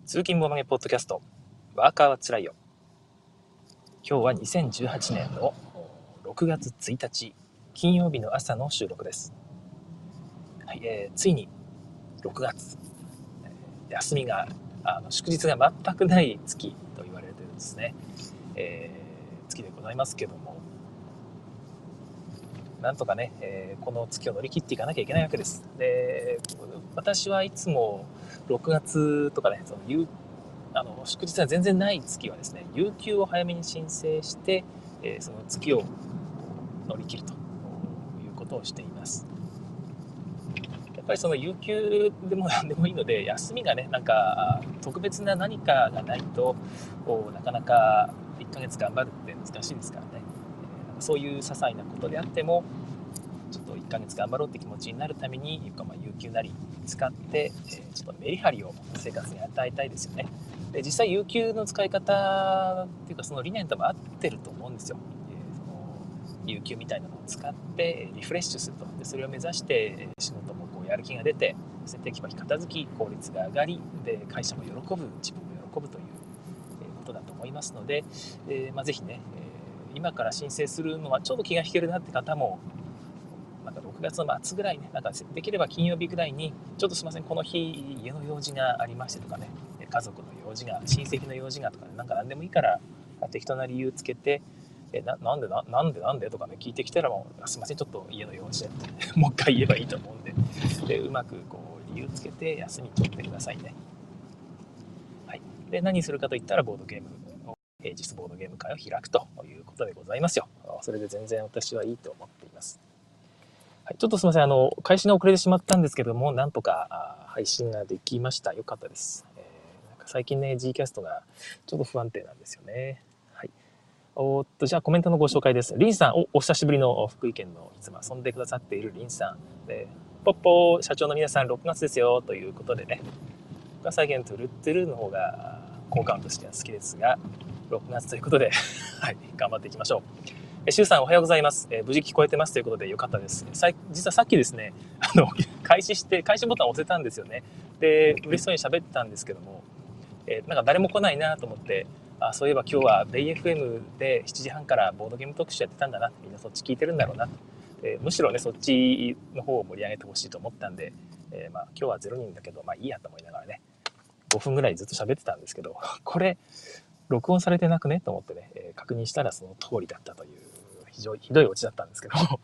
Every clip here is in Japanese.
通勤もまげポッドキャスト、ワーカーはつらいよ。今日は2018年の6月1日金曜日の朝の収録です。はい、ついに6月、休みが祝日が全くない月と言われてるんですね、月でございますけども、なんとかね、この月を乗り切っていかなきゃいけないわけです。で、私はいつも6月とかね、祝日が全然ない月はですね、有給を早めに申請して、その月を乗り切るということをしています。やっぱりその有給でも何でもいいので、休みがね、なんか特別な何かがないとなかなか1ヶ月頑張るって難しいですからね。そういう些細なことであってもちょっと1ヶ月頑張ろうって気持ちになるために有給なり使ってちょっとメリハリを生活に与えたいですよね。で、実際有給の使い方っていうかその理念とも合ってると思うんですよ。その有給みたいなのを使ってリフレッシュすると。でそれを目指して仕事もやる気が出て、テキパキ片付き、効率が上がり、で会社も喜ぶ、自分も喜ぶということだと思いますので、ぜひね、今から申請するのはちょっと気が引けるなって方も、なんか6月の末ぐらいね、なんかできれば金曜日ぐらいにちょっとすいません、この日家の用事がありましてとかね、家族の用事が、親戚の用事がとかね、なんか何でもいいから適当な理由つけて、なんでとかね聞いてきたら、もうすいません、ちょっと家の用事でってもう一回言えばいいと思うんで、うまく理由つけて休み取ってくださいね。はい。で、何するかといったらボードゲームを、平日ボードゲーム会を開くということでございますよ。それで全然私はいいと思っています。はい、ちょっとすみません、開始が遅れてしまったんですけども、なんとか配信ができました。よかったです。なんか最近ね、Gcast がちょっと不安定なんですよね。はい。じゃあコメントのご紹介です。リンさん、お久しぶりの福井県のいつも遊んでくださっているリンさん。で、ポッポー社長の皆さん、6月ですよということでね、僕は最近トゥルットゥルの方が好感としては好きですが、6月ということではい、頑張っていきましょう。シュウさん、おはようございます。無事聞こえてますということでよかったです。実はさっきですね、開始ボタンを押せたんですよね。で、嬉しそうに喋ってたんですけども、なんか誰も来ないなと思って、そういえば今日はベイ FM で7時半からボードゲーム特集やってたんだな、みんなそっち聞いてるんだろうな、むしろねそっちの方を盛り上げてほしいと思ったんで、今日は0人だけどいいやと思いながらね、5分ぐらいずっと喋ってたんですけど、これ録音されてなくねと思ってね、確認したらその通りだったという非常にひどいオチだったんですけどはい、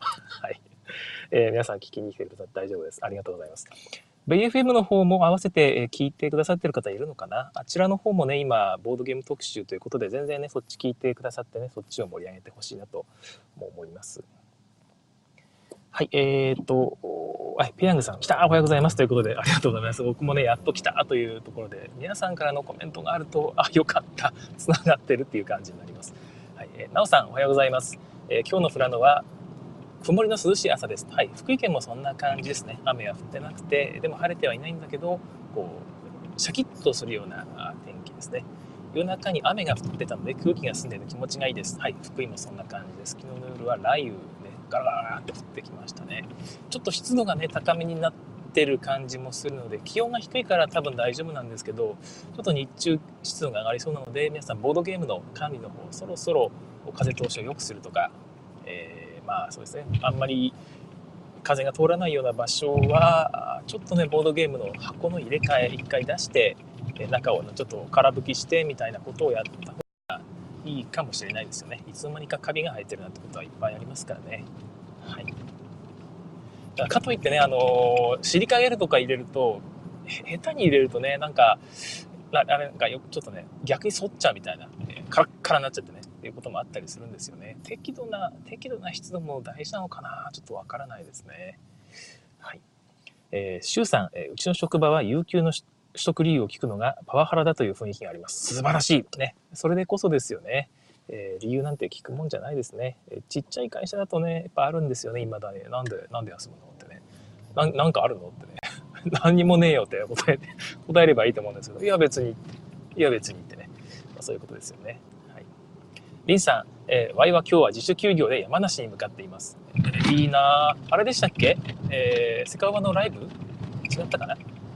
皆さん聞きに来てくださって大丈夫です。ありがとうございます。ベイ FM の方も合わせて聞いてくださってる方いるのかな。あちらの方もね、今ボードゲーム特集ということで全然ねそっち聞いてくださってね、そっちを盛り上げてほしいなと思います。はい、ペヤングさん来た、おはようございますということでありがとうございます。僕もねやっと来たというところで、皆さんからのコメントがあるとよかった、つながってるっていう感じになります。はい、なおさんおはようございます。今日の富良野は曇りの涼しい朝です。はい、福井県もそんな感じですね。雨は降ってなくて、でも晴れてはいないんだけど、シャキッとするような天気ですね。夜中に雨が降ってたので空気が澄んでいる気持ちがいいです。はい、福井もそんな感じです。昨日の夜は雷雨でガラガラって降ってきましたね。ちょっと湿度がね高めになってる感じもするので、気温が低いから多分大丈夫なんですけど、ちょっと日中湿度が上がりそうなので、皆さんボードゲームの管理の方そろそろ風通しを良くするとか、そうですね、あんまり風が通らないような場所はちょっとねボードゲームの箱の入れ替え1回出して中をちょっと空拭きしてみたいなことをやった方がいいかもしれないですよね。いつの間にかカビが生えてるなんてことはいっぱいありますからね。はい。かといってね、シリカゲルとか入れると下手に入れるとね、なんかちょっとね逆に反っちゃうみたいな、カラッカラになっちゃってねっていうこともあったりするんですよね。適度な湿度も大事なのかな、ちょっとわからないですね。はい。シュウさん、うちの職場は有給の取得理由を聞くのがパワハラだという雰囲気があります。素晴らしいね。それでこそですよね。理由なんて聞くもんじゃないですね。ちっちゃい会社だとね、やっぱあるんですよね。未だになんで休むのってね。なんかあるのってね。何にもねえよって答えればいいと思うんですけど、いや別にってね、そういうことですよね。はい。リンさん、ワイは今日は自主休業で山梨に向かっています。いいなあれでしたっけ、セカオワのライブ違ったかな。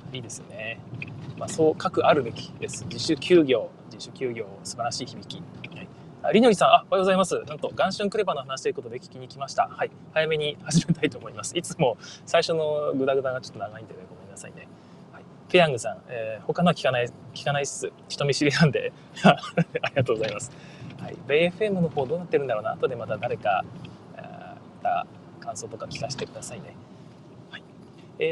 いいですよね。そう書くあるべきです。自主休業素晴らしい響き。りのりさん、おはようございます。なんと、元春クレバの話ということで聞きに来ました。はい。早めに始めたいと思います。いつも最初のグダグダがちょっと長いんでね、ごめんなさいね。はい。ペヤングさん、他のは聞かないっす。人見知りなんで。ありがとうございます。はい。ベイ FM の方どうなってるんだろうな。後でまた誰か、感想とか聞かせてくださいね。はい。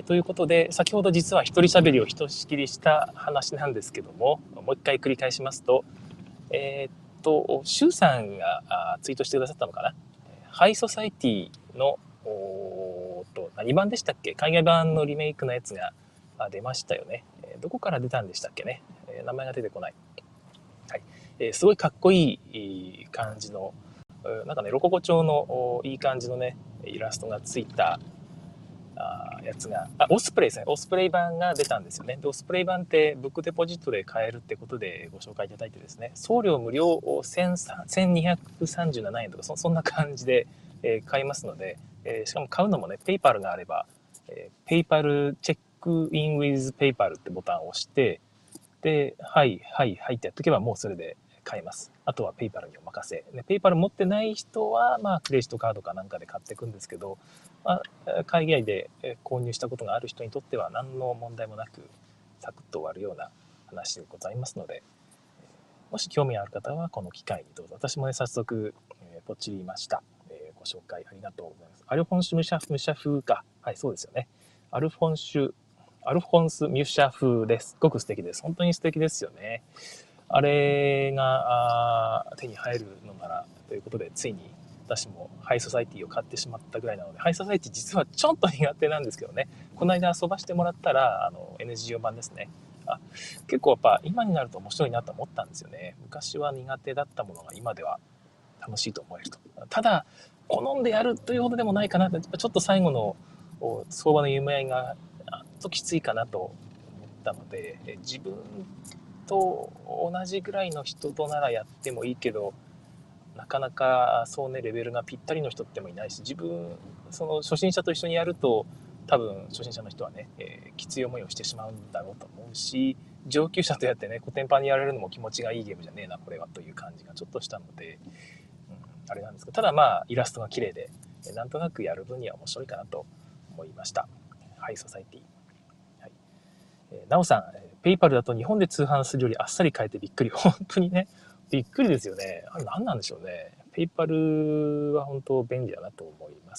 ということで、先ほど実は一人喋りをひとしきりした話なんですけども、もう一回繰り返しますと、シュウさんがツイートしてくださったのかな。ハイソサイティの何版でしたっけ、海外版のリメイクのやつが出ましたよね。どこから出たんでしたっけね。名前が出てこない。はい。すごいかっこいい感じの、なんかね、ロココ調のいい感じのね、イラストがついたやつが、オスプレイですね。オスプレイ版が出たんですよね。で、オスプレイ版ってブックデポジットで買えるってことでご紹介いただいてですね、送料無料1237円とかそんな感じで買いますので、しかも買うのもね、ペイパルがあれば、ペイパルチェックインウィズペイパルってボタンを押して、で、はいってやっとけばもうそれで買えます。あとはペイパルにお任せ。ペイパル持ってない人は、クレジットカードかなんかで買っていくんですけど、海外で購入したことがある人にとっては何の問題もなくサクッと終わるような話でございますので、もし興味ある方はこの機会にどうぞ。私もね、早速、ポチりました。ご紹介ありがとうございます。アルフォンシュ・ムシャ風か。はい、そうですよね。アルフォンス・ミュシャ風です。すごく素敵です。本当に素敵ですよね。あれが手に入るのならということで、ついに私もハイソサイティを買ってしまったぐらいなので、ハイソサイティ実はちょっと苦手なんですけどね、この間遊ばしてもらったらNGO 版ですね。結構やっぱ今になると面白いなと思ったんですよね。昔は苦手だったものが今では楽しいと思えると。ただ好んでやるというほどでもないかな。ちょっと最後の相場の夢合いがちょっときついかなと思ったので、自分と同じぐらいの人とならやってもいいけど、なかなかそうね、レベルがぴったりの人ってもいないし、自分その初心者と一緒にやると多分初心者の人はね、きつい思いをしてしまうんだろうと思うし、上級者とやってね、コテンパンにやられるのも気持ちがいいゲームじゃねえなこれはという感じがちょっとしたので、あれなんですけど、ただイラストが綺麗で、なんとなくやる分には面白いかなと思いました。ハイソサイティ。はい。なおさん、ペイパルだと日本で通販するよりあっさり買えてびっくり。本当にね、びっくりですよね。あれ何なんでしょうね。ペイパルは本当便利だなと思います。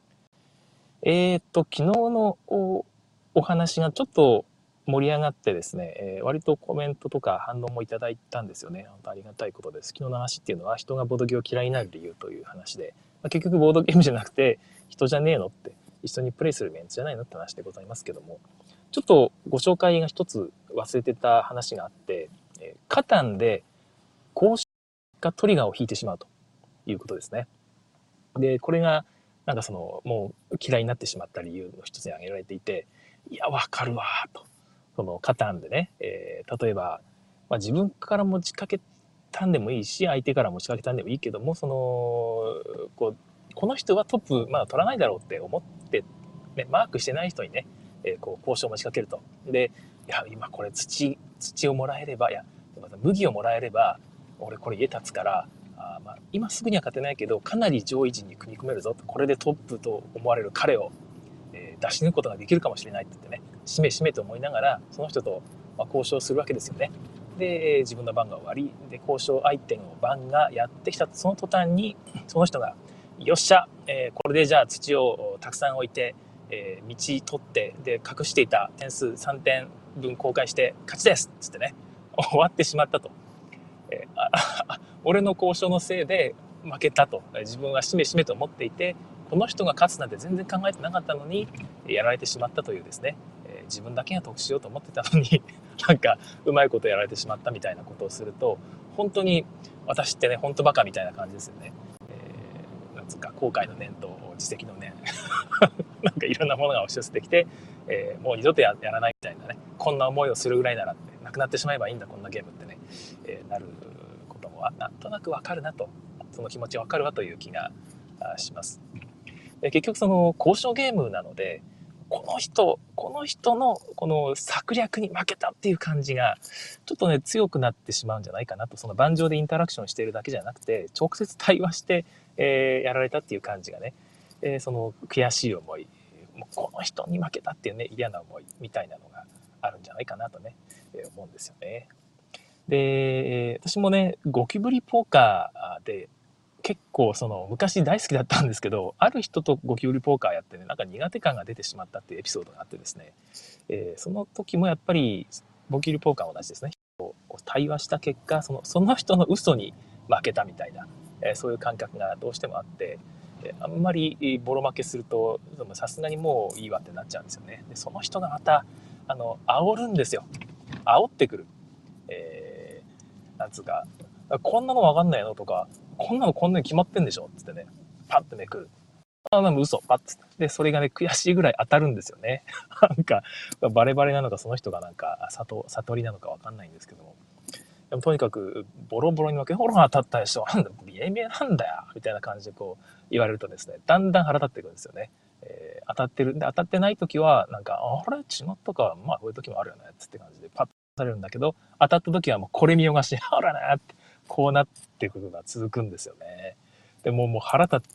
昨日のお話がちょっと盛り上がってですね、割とコメントとか反応もいただいたんですよね。本当ありがたいことです。昨日の話っていうのは人がボードゲームを嫌いになる理由という話で、結局ボードゲームじゃなくて人じゃねえのって、一緒にプレイするメンツじゃないのって話でございますけども、ちょっとご紹介が一つ忘れてた話があって、カタンで公式がトリガーを引いてしまうということですね。で、これがなんかもう嫌いになってしまった理由の一つに挙げられていて、いや、わかるわと。そのカタンでね、例えば、自分から持ちかけたんでもいいし、相手から持ちかけたんでもいいけども、この人はトップ、取らないだろうって思って、ね、マークしてない人にね、交渉を持ちかけると。で、いや、今これ土をもらえれば、いや、麦をもらえれば、俺これ家建つから、今すぐには勝てないけど、かなり上位陣に組み込めるぞと。これでトップと思われる彼を、出し抜くことができるかもしれないって言ってね、しめしめと思いながら、その人と、交渉するわけですよね。で、自分の番が終わり、で、交渉相手の番がやってきたその途端に、その人が、よっしゃ、これでじゃあ土をたくさん置いて、道取って、で、隠していた点数3点分公開して、勝ちですっつってね、終わってしまったと。俺の交渉のせいで負けたと自分はしめしめと思っていて、この人が勝つなんて全然考えてなかったのにやられてしまったというですね、自分だけが得しようと思ってたのになんかうまいことやられてしまったみたいなことをすると、本当に私ってね、本当バカみたいな感じですよね。なんつうか後悔の念と自責の念なんかいろんなものが押し寄せてきて、もう二度とやらないみたいなね、こんな思いをするぐらいならって、なくなってしまえばいいんだこんなゲームってね、なることもなんとなくわかるなと、その気持ちわかるわという気がします。結局その交渉ゲームなので、 この人のこの策略に負けたっていう感じがちょっとね強くなってしまうんじゃないかなと。その盤上でインタラクションしているだけじゃなくて直接対話して、やられたっていう感じがね、その悔しい思い、もうこの人に負けたっていうね嫌な思いみたいなのがあるんじゃないかなとね、思うんですよね。で、私もねゴキブリポーカーで結構その昔大好きだったんですけど、ある人とゴキブリポーカーやってね、なんか苦手感が出てしまったっていうエピソードがあってですね、その時もやっぱりゴキブリポーカーは同じですね。対話した結果、その人の嘘に負けたみたいな、そういう感覚がどうしてもあって、あんまりボロ負けするとさすがにもういいわってなっちゃうんですよね。でその人がまた煽るんですよ。煽ってくる。なんつうか、こんなの分かんないのとか、こんなのこんなに決まってんでしょっつってね、パッてめくる。なんか嘘、パッつって。で、それがね、悔しいぐらい当たるんですよね。なんか、バレバレなのか、その人がなんか、悟りなのか分かんないんですけども。でもとにかく、ボロボロに負け、ほら当たったでしょ。なんだ、見え見えなんだよ。みたいな感じでこう、言われるとですね、だんだん腹立ってくるんですよね。当たってる。で、当たってない時は、なんか、あれ違ったか。まあ、こういう時もあるよね。つって感じで、パッとされるんだけど、当たった時はもうこれ見よがし、ほらねって、こうなっていくことが続くんですよね。でもう腹立って、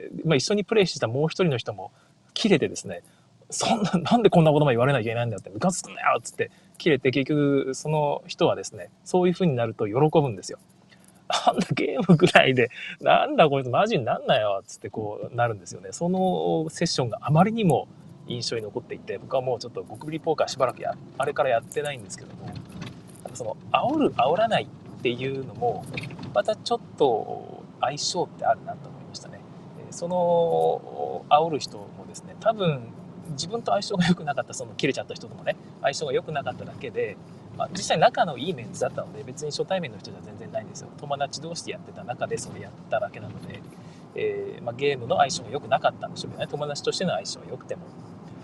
まあ、一緒にプレイしてたもう一人の人も切れてですね、なんでこんなことまで言われなきゃいけないんだって、ムカつくんだよっつって切れて、結局その人はですね、そういう風になると喜ぶんですよ。なんだゲームぐらいで、なんだこいつマジになんなよっつってこうなるんですよね。そのセッションがあまりにも印象に残っていて、僕はもうちょっとゴキブリポーカーしばらくあれからやってないんですけども、その煽る煽らないっていうのもまたちょっと相性ってあるなと思いましたね。その煽る人もですね、多分自分と相性が良くなかった、その切れちゃった人ともね相性が良くなかっただけで、実際仲のいいメンツだったので別に初対面の人じゃ全然ないんですよ。友達同士でやってた中でそれやっただけなので、ゲームの相性が良くなかったんでしょうけどね。友達としての相性が良くても、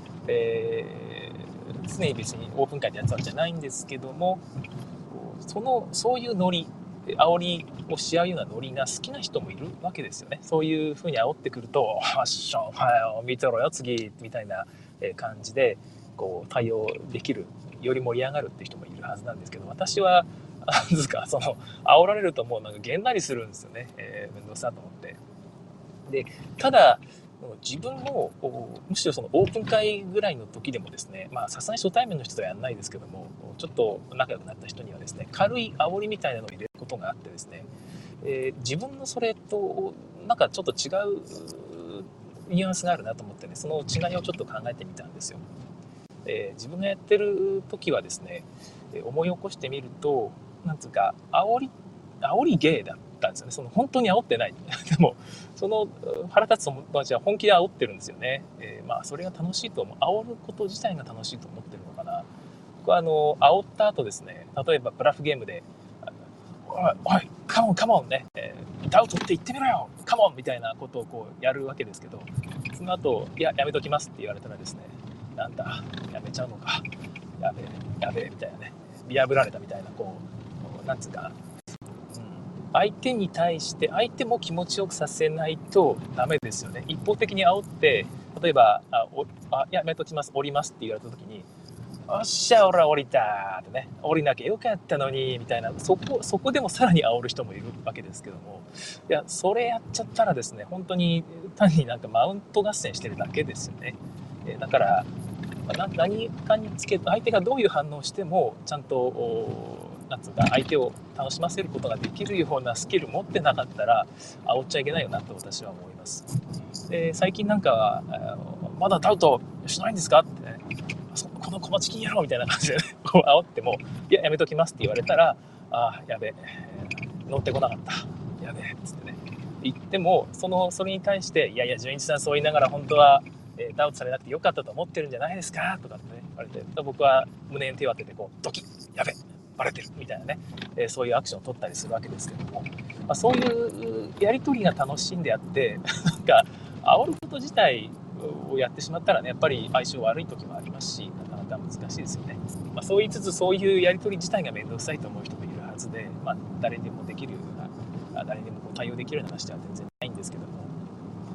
常に別にオープン会でやってたわけじゃないんですけども、そういうノリ、煽りをし合うようなノリが好きな人もいるわけですよね。そういう風に煽ってくると、ファッション、はい、見てろよ次みたいな感じでこう対応できる、より盛り上がるって人もいるはずなんですけど、私はなんですか、その煽られるともうなんかげんなりするんですよね。面倒くさと思って。で、ただ自分もむしろそのオープン会ぐらいの時でもですね、さすがに初対面の人とはやらないですけども、ちょっと仲良くなった人にはですね、軽い煽りみたいなのを入れることがあってですね、自分のそれとなんかちょっと違うニュアンスがあるなと思ってね、その違いをちょっと考えてみたんですよ。自分がやってる時はですね、思い起こしてみると、なんつうか煽り芸だったんですよね。その本当に煽ってない。でもその腹立つ友達は本気で煽ってるんですよね。それが楽しいと思う。煽ること自体が楽しいと思ってるのかな。僕は煽った後ですね、例えばブラフゲームでおいカモンカモンね、ダウトって言ってみろよカモンみたいなことをこうやるわけですけど、その後いややめときますって言われたらですね、なんだやめちゃうのか、やべえやべえみたいなね、見破られたみたいな、こうなんつうか、相手に対して相手も気持ちよくさせないとダメですよね。一方的に煽って、例えばやめときます降りますって言われた時に、おっしゃ俺は降りたってね、降りなきゃよかったのにみたいな、そこでもさらに煽る人もいるわけですけども、いやそれやっちゃったらですね、本当に単になんかマウント合戦してるだけですよね。だから何かにつけ相手がどういう反応してもちゃんとなんつうか相手を楽しませることができるようなスキル持ってなかったら煽っちゃいけないよなと私は思います。で最近なんかはまだダウトしないんですかってね、この小町金やろうみたいな感じで、ね、こう煽ってもいややめときますって言われたら、やべえ乗ってこなかったやべえっつってね言っても、それに対していやいや純一さんそう言いながら本当はダウトされなくてよかったと思ってるんじゃないですかとかってね言われて、僕は胸に手を当ててこうドキッやべバレてるみたいなね、そういうアクションを取ったりするわけですけども、そういうやり取りが楽しんであってなんか煽ること自体をやってしまったらね、やっぱり相性悪い時もありますし、なかなか難しいですよね。そう言いつつそういうやり取り自体が面倒くさいと思う人もいるはずで、誰にでもできるような誰にでもこう対応できるような話では全然ないんですけども、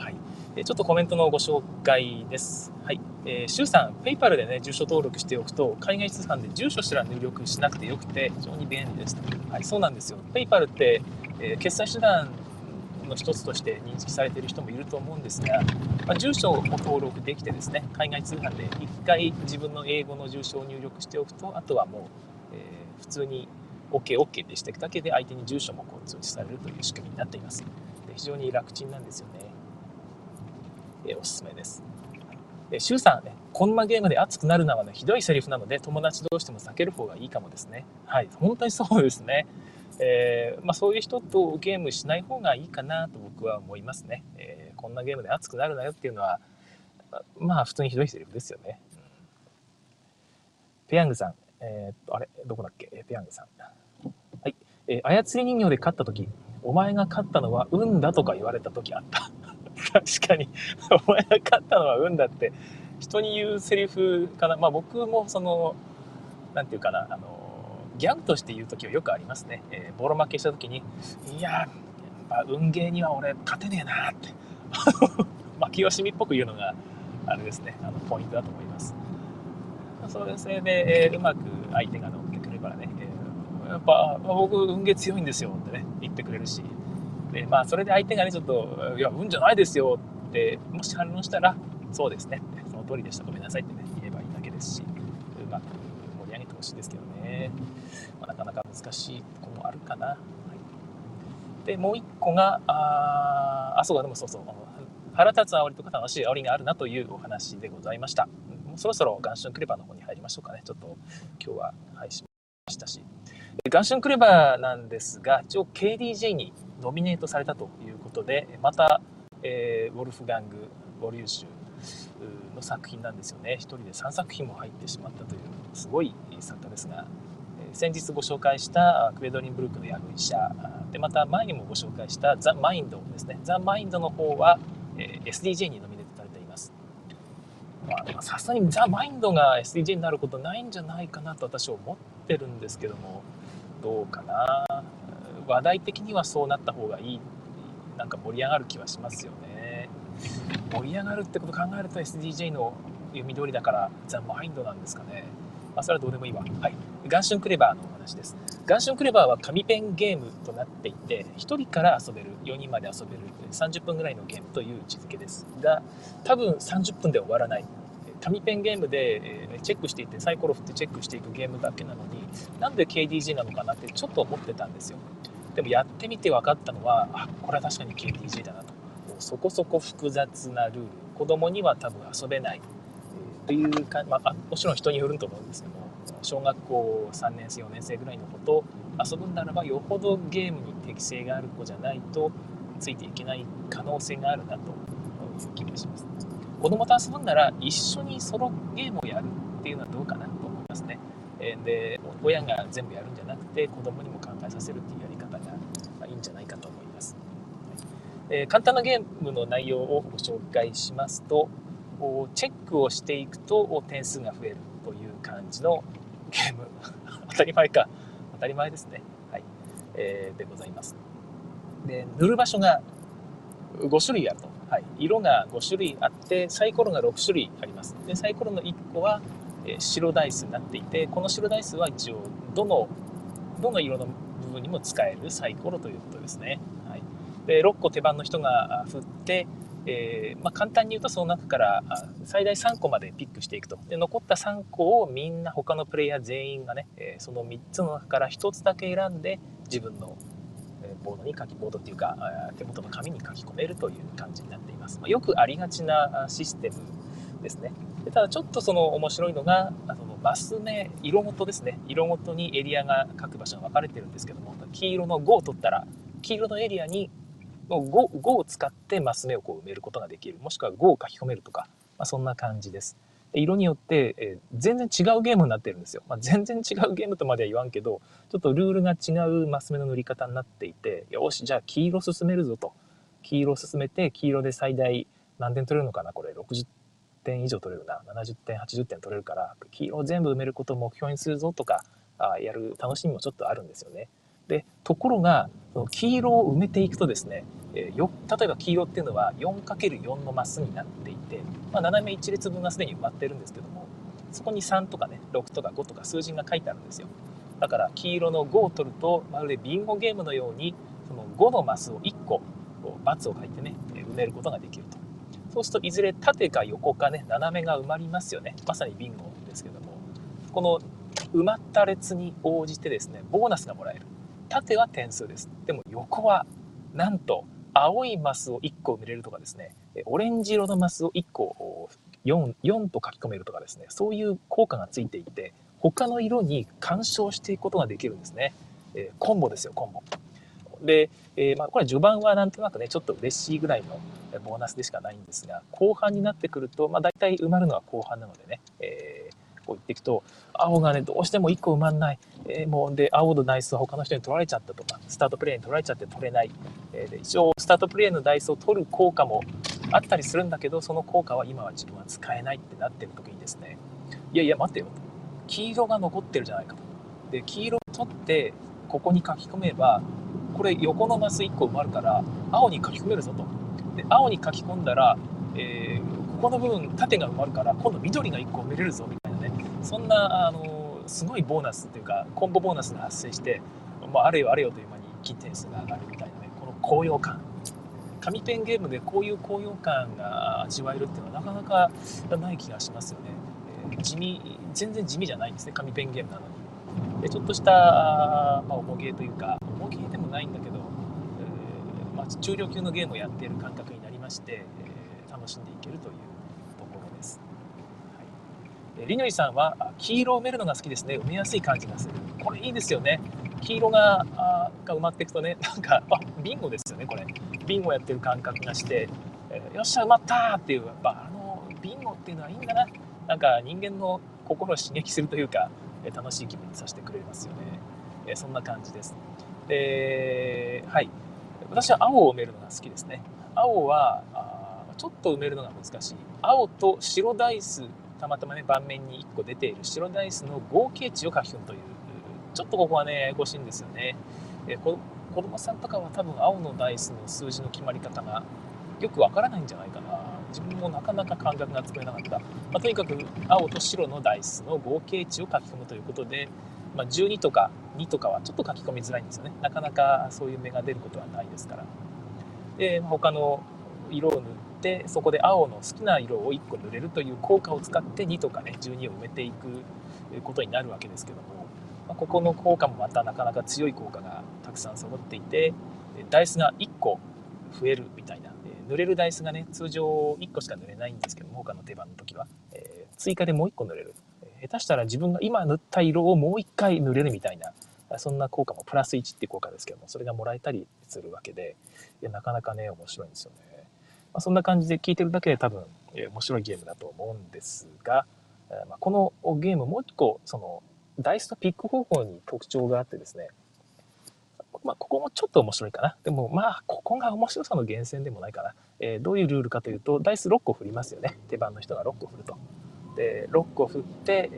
はい。ちょっとコメントのご紹介です。はい。シュウさん、ペイパルでね、住所登録しておくと、海外通販で住所すら入力しなくてよくて、非常に便利です。はい、そうなんですよ。ペイパルって、決済手段の一つとして認識されている人もいると思うんですが、住所を登録できてですね、海外通販で一回自分の英語の住所を入力しておくと、あとはもう、普通に OK ってしていくだけで相手に住所も通知されるという仕組みになっています。で非常に楽ちんなんですよね。おすすめです。シュウさんね、こんなゲームで熱くなるのはね、ひどいセリフなので、友達同士でも避ける方がいいかもですね。はい、本当にそうですね。そういう人とゲームしない方がいいかなと僕は思いますね。こんなゲームで熱くなるなよっていうのは、普通にひどいセリフですよね。ペヤングさん、あれ、どこだっけ、ペヤングさん。はい、操り人形で勝った時、お前が勝ったのは運だとか言われた時あった。確かに、お前が勝ったのは運だって人に言うセリフかな。僕もなんていうかな、ギャグとして言う時はよくありますね。ボロ負けした時に、いや、運ゲーには俺勝てねえなって負け惜しみっぽく言うのがあれですね、ポイントだと思います。それで、うまく相手が乗ってくればね、やっぱ僕運ゲー強いんですよってね言ってくれるし、でそれで相手がねちょっといや運じゃないですよってもし反論したら、そうですね、その通りでした、ごめんなさいってね言えばいいだけですし、うまく盛り上げてほしいですけどね。なかなか難しいところもあるかな。はい、でもう一個がそうだ、でもそうそう、腹立つ煽りとか楽しい煽りがあるなというお話でございました。もうそろそろガンシュンクレバーの方に入りましょうかね。ちょっと今日は配信しましたし、ガンシュンクレバーなんですが、一応 KDJ にノミネートされたということで、また、ウォルフガング・ウォリューシュの作品なんですよね。一人で3作品も入ってしまったというすごい作家ですが、先日ご紹介したクエドリンブルクのヤグ医者で、また前にもご紹介したザ・マインドですね。ザ・マインドの方は SDJ にノミネートされています。さすがにザ・マインドが SDJ になることないんじゃないかなと私は思ってるんですけども、どうかな。話題的にはそうなった方がいい、なんか盛り上がる気はしますよね。盛り上がるってことを考えると SDJ の読み通りだからザ・マインドなんですかね。それはどうでもいいわ。はい。ガンシュンクレバーのお話です。ガンシュンクレバーは紙ペンゲームとなっていて、1人から遊べる、4人まで遊べる30分ぐらいのゲームという位置づけですが、多分30分で終わらない。紙ペンゲームでチェックしていて、サイコロ振ってチェックしていくゲームだけなのに、なんで KDG なのかなってちょっと思ってたんですよ。でもやってみて分かったのは、これは確かに KDG だなと。そこそこ複雑なルール、子供には多分遊べないというか、もちろん人によると思うんですけども、小学校3年生4年生ぐらいの子と遊ぶならば、よほどゲームに適性がある子じゃないとついていけない可能性があるなという気がします。子供と遊ぶんなら一緒にソロゲームをやるっていうのはどうかなと思いますね。で、親が全部やるんじゃなくて子供にも考えさせるっていうやり方がいいんじゃないかと思います。簡単なゲームの内容をご紹介しますと、チェックをしていくと点数が増えるという感じのゲーム当たり前か、当たり前ですね。はい、でございます。で、塗る場所が5種類あると、はい、色が5種類あってサイコロが6種類あります。でサイコロの1個は白ダイスになっていて、この白ダイスは一応どの色の部分にも使えるサイコロということですね。はい、で6個手番の人が振って、簡単に言うとその中から最大3個までピックしていくと。で残った3個をみんな他のプレイヤー全員がね、その3つの中から1つだけ選んで自分のボードっていうか手元の紙に書き込めるという感じになっています。よくありがちなシステムですね。でただちょっとその面白いのがそのマス目、色ごとですね、色ごとにエリアが各場所が分かれてるんですけども、黄色の5を取ったら黄色のエリアに 5を使ってマス目を埋めることができる、もしくは5を書き込めるとか、そんな感じです。色によって、全然違うゲームになってるんですよ。全然違うゲームとまでは言わんけど、ちょっとルールが違うマス目の塗り方になっていて、よしじゃあ黄色進めるぞと。黄色進めて、黄色で最大何点取れるのかな、これ60点以上取れるな、70点80点取れるから黄色を全部埋めることを目標にするぞとかやる楽しみもちょっとあるんですよね。 でところが黄色を埋めていくとですね、例えば黄色っていうのは 4×4 のマスになっていて、斜め1列分がすでに埋まってるんですけども、そこに3とかね6とか5とか数字が書いてあるんですよ。だから黄色の5を取るとまるでビンゴゲームのようにその5のマスを1個×を書いてね埋めることができると。そうするといずれ縦か横かね斜めが埋まりますよね。まさにビンゴですけども、この埋まった列に応じてですねボーナスがもらえる。縦は点数です。でも横はなんと青いマスを1個埋めれるとかですね、オレンジ色のマスを1個 4と書き込めるとかですね、そういう効果がついていて他の色に干渉していくことができるんですね。コンボですよ、コンボで、これ序盤はなんとなくねちょっと嬉しいぐらいのボーナスでしかないんですが、後半になってくると、大体埋まるのは後半なのでね、こう言っていくと青がねどうしても1個埋まんない、もうで青のダイスは他の人に取られちゃったとか、スタートプレイに取られちゃって取れない、で一応スタートプレイのダイスを取る効果もあったりするんだけど、その効果は今は自分は使えないってなってる時にですね、いやいや待ってよと、黄色が残ってるじゃないかと。で黄色を取ってここに書き込めばこれ横のマス1個埋まるから青に書き込めるぞと。で青に書き込んだら、ここの部分縦が埋まるから今度緑が1個埋めれるぞみたいなね、そんなすごいボーナスというかコンボボーナスが発生して、あれよあれよという間に一気に点数が上がるみたいなね、この高揚感、紙ペンゲームでこういう高揚感が味わえるっていうのはなかなかない気がしますよね。全然地味じゃないんですね、紙ペンゲームなのに。でちょっとした、重ゲーというか重ゲーでもないんだけど、中量級のゲームをやっている感覚になりまして、楽しんでいけるというところです。はい、りのりさんは黄色を埋めるのが好きですね。埋めやすい感じがする。これいいですよね。黄色が埋まっていくとね、なんかビンゴですよね。これビンゴやってる感覚がして、よっしゃ埋まったっていう、やっぱビンゴっていうのはいいんだな。なんか人間の心を刺激するというか、楽しい気分にさせてくれますよね。そんな感じです。はい。私は青を埋めるのが好きですね。青はちょっと埋めるのが難しい。青と白ダイス、たまたまね盤面に1個出ている白ダイスの合計値を書き込むという、ちょっとここはねややこしいんですよね。子供さんとかは多分青のダイスの数字の決まり方がよくわからないんじゃないかな。自分もなかなか感覚がつかめなかった。とにかく青と白のダイスの合計値を書き込むということで、12とか2とかはちょっと書き込みづらいんですよね。なかなかそういう芽が出ることはないですから。で他の色を塗ってそこで青の好きな色を1個塗れるという効果を使って2とかね12を埋めていくことになるわけですけども、ここの効果もまたなかなか強い効果がたくさん揃っていて、ダイスが1個増えるみたいな、塗れるダイスがね通常1個しか塗れないんですけども、他の手番の時は、追加でもう1個塗れる。下手したら自分が今塗った色をもう1回塗れるみたいな、そんな効果もプラス1っていう効果ですけども、それがもらえたりするわけで、なかなかね面白いんですよね。そんな感じで聞いてるだけで多分面白いゲームだと思うんですが、このゲームもう一個そのダイスのピック方法に特徴があってですね、ここもちょっと面白いかな。でもここが面白さの源泉でもないかな。どういうルールかというと、ダイス6個振りますよね。手番の人が6個振ると。で6個振って、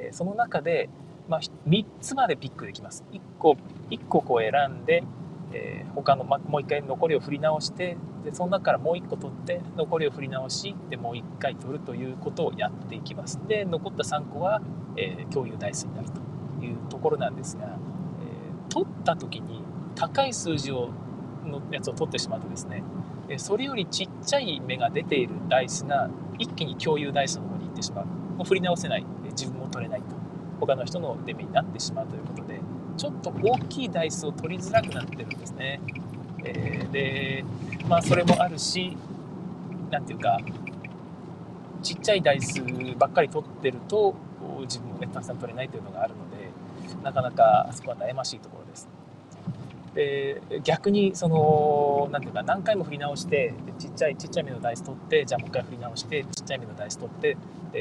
その中で、3つまでピックできます。1個こう選んで、他の、もう1回残りを振り直して、でその中からもう1個取って残りを振り直しでもう1回取るということをやっていきます。で残った3個は、共有ダイスになるというところなんですが、取った時に高い数字のやつを取ってしまうとですね、それよりちっちゃい目が出ているダイスが一気に共有ダイスの方に行ってしまう。もう振り直せない、自分も取れないと、他の人の出目になってしまうということで、ちょっと大きいダイスを取りづらくなってるんですね。でそれもあるし、なんていうかちっちゃいダイスばっかり取ってると自分もねたくさん取れないというのがあるので、なかなかあそこは悩ましいところです。で逆にそのなんていうか何回も振り直してちっちゃい目のダイス取って、じゃあもう一回振り直してちっちゃい目のダイス取って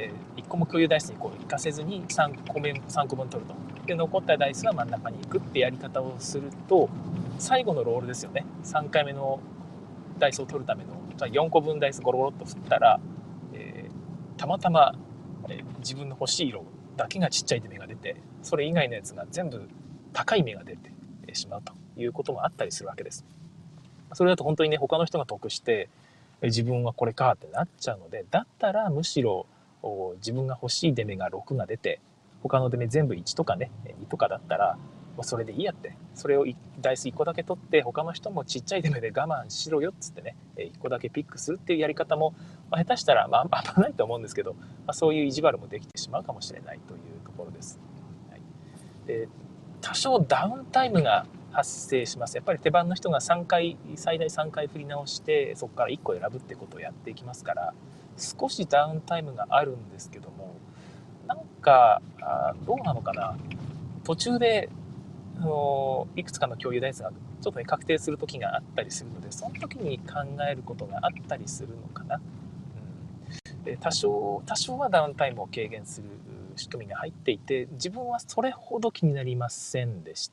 1個も共有ダイスにこう行かせずに3個分取ると。で残ったダイスは真ん中に行くってやり方をすると、最後のロールですよね。3回目のダイスを取るための4個分ダイスゴロゴロっと振ったら、たまたま、自分の欲しい色だけがちっちゃい目が出て、それ以外のやつが全部高い目が出てしまうということもあったりするわけです。それだと本当にね、他の人が得して自分はこれかってなっちゃうので、だったらむしろ自分が欲しい出目が6が出て、他の出目全部1とかね2とかだったらそれでいいやって、それをダイス1個だけ取って他の人もちっちゃい出目で我慢しろよっつってね1個だけピックするっていうやり方も、下手したらあんまないと思うんですけど、そういう意地悪もできてしまうかもしれないというところです。はい、で多少ダウンタイムが発生します。やっぱり手番の人が3回最大3回振り直してそこから1個選ぶってことをやっていきますから、少しダウンタイムがあるんですけども、なんかどうなのかな、途中でいくつかの共有ダイスがちょっとね確定する時があったりするので、その時に考えることがあったりするのかな。で多少はダウンタイムを軽減する仕組みが入っていて、自分はそれほど気になりませんでした。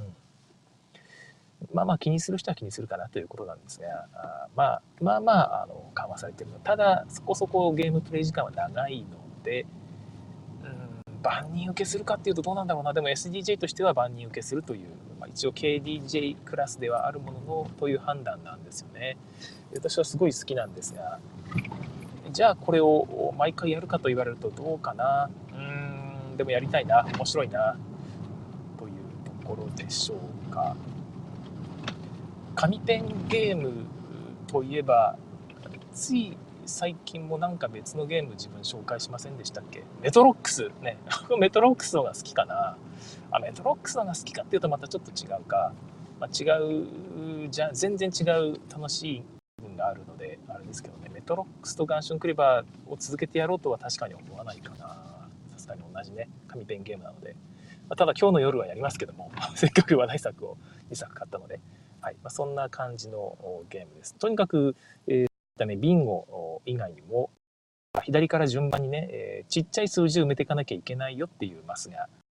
気にする人は気にするかなということなんですが、緩和されているの。ただそこそこゲームプレイ時間は長いので、万人受けするかっていうとどうなんだろうな。でも SDJ としては万人受けするという、一応 KDJ クラスではあるもののという判断なんですよね。私はすごい好きなんですが、じゃあこれを毎回やるかと言われるとどうかな。でもやりたいな、面白いなというところでしょうか。紙ペンゲームといえば、つい最近もなんか別のゲーム自分紹介しませんでしたっけ？メトロックスね。メトロックスの方が好きかな。メトロックスの方が好きかっていうとまたちょっと違うか。違う、全然違う楽しい部分があるので、あれですけどね、メトロックスとガンションクリバーを続けてやろうとは確かに思わないかな。さすがに同じね、紙ペンゲームなので。ただ今日の夜はやりますけども、せっかく話題作を2作買ったので、はい、そんな感じのゲームです。とにかく、ビンゴ以外にも左から順番にね、ちっちゃい数字を埋めていかなきゃいけないよっていうマスが